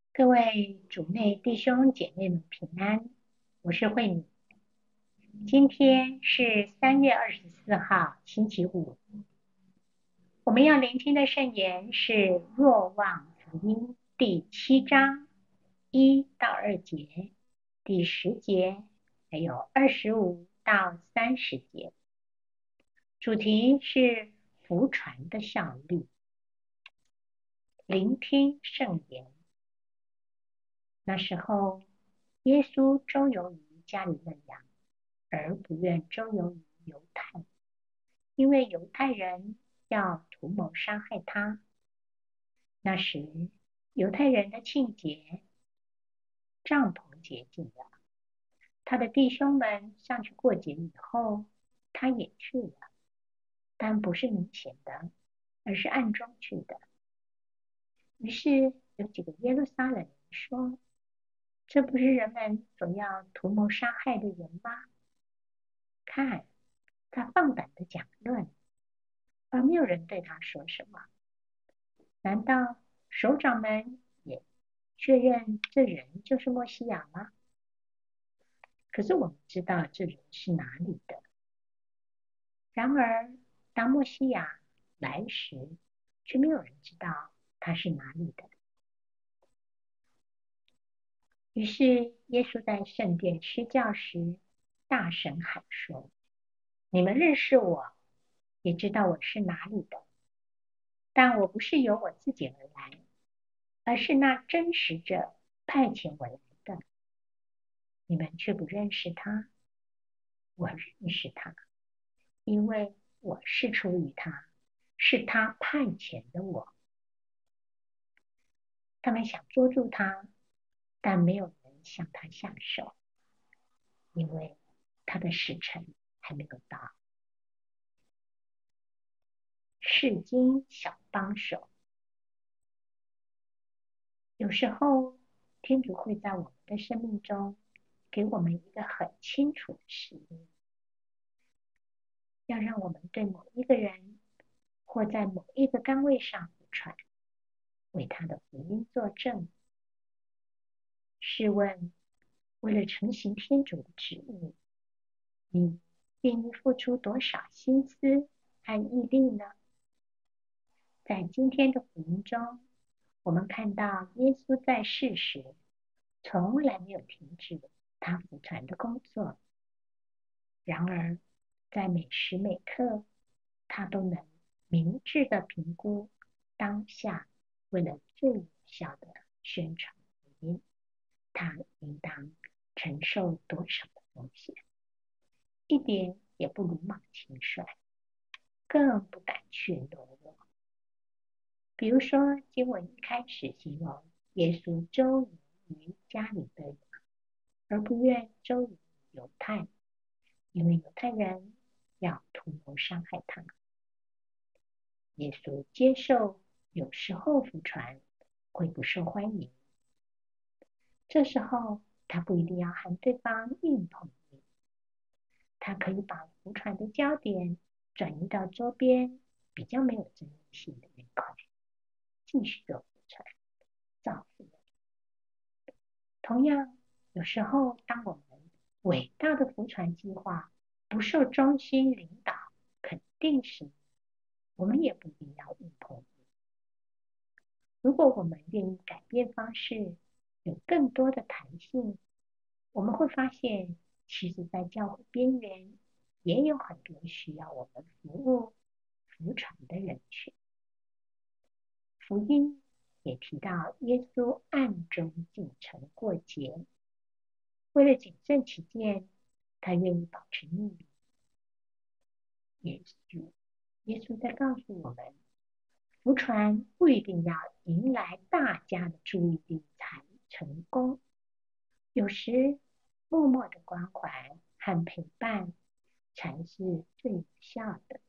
各位主内弟兄姐妹们平安，我是慧敏。今天是3月24号，星期五。我们要聆听的圣言是《若望福音》第7章1到2节，第10节，还有25到30节。主题是福传的效力。聆听圣言。那时候，耶稣周游于加里肋亚，而不愿周游于犹太，因为犹太人要图谋杀害他。那时，犹太人的庆节帐篷节近了，他的弟兄们上去过节以后，他也去了，但不是明显的，而是暗中去的。于是有几个耶路撒冷人说：这不是人们所要图谋杀害的人吗？看，他放胆的讲论，而没有人对他说什么。难道首长们也确认这人就是默西亚吗？可是我们知道这人是哪里的。然而，当默西亚来时，却没有人知道他是哪里的。于是，耶稣在圣殿施教时，大声喊说：你们认识我，也知道我是哪里的，但我不是由我自己而来，而是那真实者派遣我来的。你们却不认识他，我认识他，因为我是出于他，是他派遣的我。他们想捉住他，但没有人向他下手，因为他的时辰还没有到。释经小帮手。有时候，天主会在我们的生命中给我们一个很清楚的使命，要让我们对某一个人或在某一个岗位上服传，为他的福音作证。试问，为了承行天主的旨意，你愿意付出多少心思和毅力呢？在今天的福音中，我们看到耶稣在世时从来没有停止他服传的工作。然而，在每时每刻，他都能明智地评估当下为了最有效的宣传福音，他应当承受多少的风险，一点也不鲁莽轻率，更不胆怯懦弱。比如说，经文一开始形容耶稣周游于加里肋亚，而不愿周游于犹太，因为犹太人要图谋伤害他。耶稣接受有时候服传会不受欢迎，这时候他不一定要和对方硬碰硬，他可以把服传的焦点转移到周边比较没有争议性的那块，继续做服传，造福人。同样，有时候当我们伟大的服传计划不受中心领导肯定时，我们也不一定要硬碰硬。如果我们愿意改变方式，有更多的弹性，我们会发现，其实在教会边缘也有很多需要我们服务、服传的人群。福音也提到耶稣暗中进城过节，为了谨慎起见，他愿意保持秘密。耶稣在告诉我们，福传不一定要迎来大家的注意力才成功，有时默默的关怀和陪伴才是最有效的。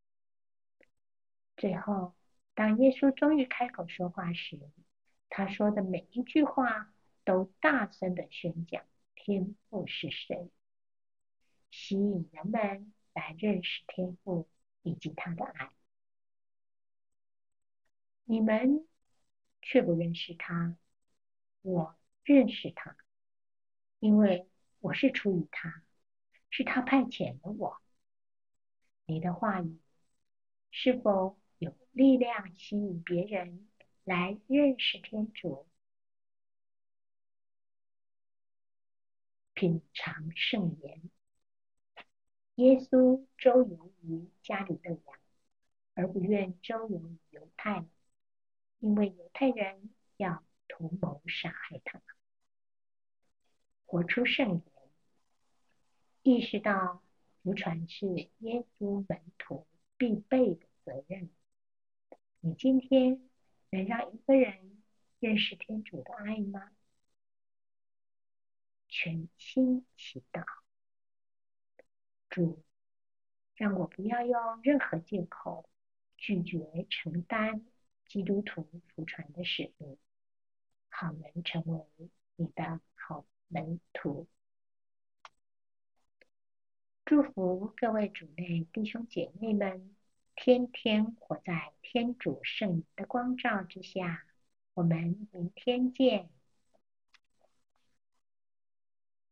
最后，当耶稣终于开口说话时，他说的每一句话都大声的宣讲天父是谁，吸引人们来认识天父以及他的爱。你们却不认识他， 我认识他，因为我是出于他，是他派遣了我。你的话语是否有力量吸引别人来认识天主，品尝圣言？耶稣周游于加里肋亚，而不愿周游于犹太，因为犹太人要图谋杀害他。活出圣言，意识到福传是耶稣门徒必备的责任。你今天能让一个人认识天主的爱吗？全心祈祷，主，让我不要用任何借口拒绝承担基督徒福传的使命，好能成为你的好门徒。祝福各位主内弟兄姐妹们，天天活在天主圣灵的光照之下。我们明天见。